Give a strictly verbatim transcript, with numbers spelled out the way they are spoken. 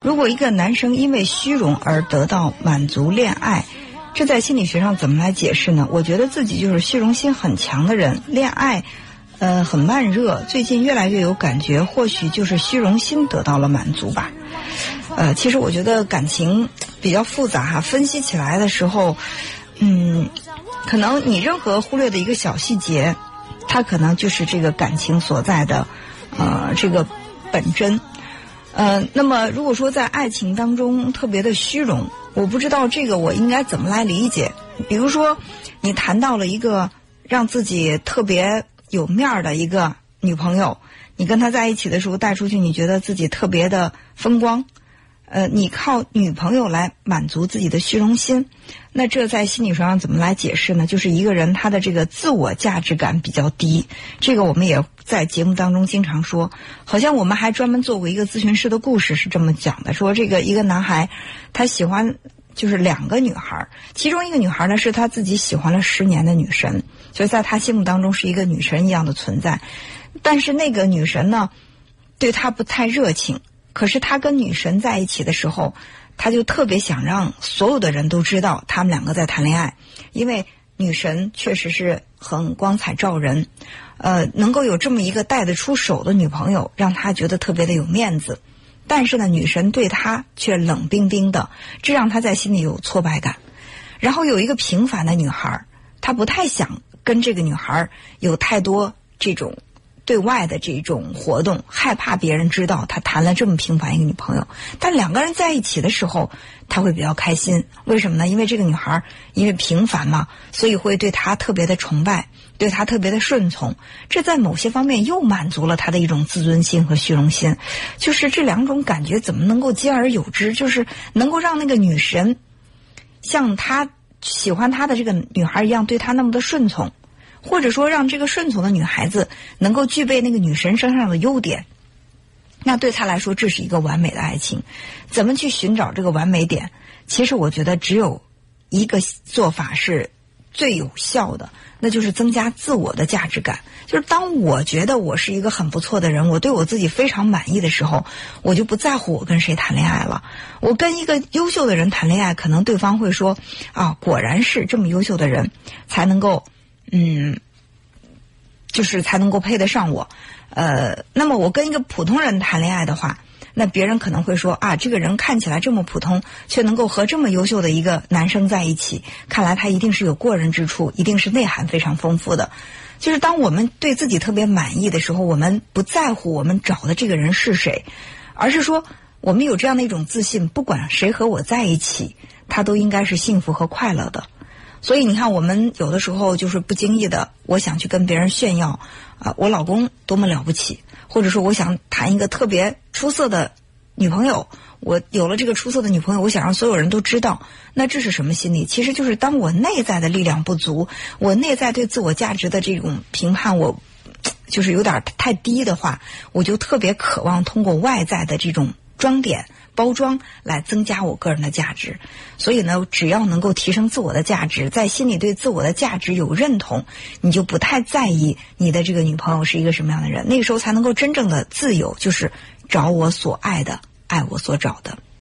如果一个男生因为虚荣而得到满足恋爱，这在心理学上怎么来解释呢？我觉得自己就是虚荣心很强的人，恋爱呃很慢热，最近越来越有感觉，或许就是虚荣心得到了满足吧。呃，其实我觉得感情比较复杂哈，分析起来的时候，嗯，可能你任何忽略的一个小细节，它可能就是这个感情所在的呃这个本真。呃，那么如果说在爱情当中特别的虚荣，我不知道这个我应该怎么来理解。比如说，你谈到了一个让自己特别有面儿的一个女朋友，你跟她在一起的时候带出去，你觉得自己特别的风光。呃，你靠女朋友来满足自己的虚荣心，那这在心理学上怎么来解释呢？就是一个人他的这个自我价值感比较低，这个我们也在节目当中经常说，好像我们还专门做过一个咨询师的故事是这么讲的，说这个一个男孩他喜欢就是两个女孩，其中一个女孩呢是他自己喜欢了十年的女神，所以在他心目当中是一个女神一样的存在，但是那个女神呢对他不太热情。可是他跟女神在一起的时候，他就特别想让所有的人都知道他们两个在谈恋爱，因为女神确实是很光彩照人，呃，能够有这么一个带得出手的女朋友，让他觉得特别的有面子。但是呢，女神对他却冷冰冰的，这让他在心里有挫败感。然后有一个平凡的女孩，他不太想跟这个女孩有太多这种对外的这种活动，害怕别人知道他谈了这么平凡一个女朋友，但两个人在一起的时候他会比较开心。为什么呢？因为这个女孩因为平凡嘛，所以会对他特别的崇拜，对他特别的顺从，这在某些方面又满足了他的一种自尊心和虚荣心。就是这两种感觉怎么能够兼而有之，就是能够让那个女神像他喜欢他的这个女孩一样对他那么的顺从，或者说让这个顺从的女孩子能够具备那个女神身上的优点，那对她来说这是一个完美的爱情。怎么去寻找这个完美点？其实我觉得只有一个做法是最有效的，那就是增加自我的价值感。就是当我觉得我是一个很不错的人，我对我自己非常满意的时候，我就不在乎我跟谁谈恋爱了。我跟一个优秀的人谈恋爱，可能对方会说啊，果然是这么优秀的人才能够嗯，就是才能够配得上我。呃，那么我跟一个普通人谈恋爱的话，那别人可能会说啊，这个人看起来这么普通，却能够和这么优秀的一个男生在一起，看来他一定是有过人之处，一定是内涵非常丰富的。就是当我们对自己特别满意的时候，我们不在乎我们找的这个人是谁，而是说我们有这样的一种自信，不管谁和我在一起，他都应该是幸福和快乐的。所以你看，我们有的时候就是不经意的，我想去跟别人炫耀啊，我老公多么了不起，或者说我想谈一个特别出色的女朋友，我有了这个出色的女朋友，我想让所有人都知道。那这是什么心理？其实就是当我内在的力量不足，我内在对自我价值的这种评判我就是有点太低的话，我就特别渴望通过外在的这种装点包装来增加我个人的价值。所以呢，只要能够提升自我的价值，在心里对自我的价值有认同，你就不太在意你的这个女朋友是一个什么样的人，那个时候才能够真正的自由，就是找我所爱的，爱我所找的。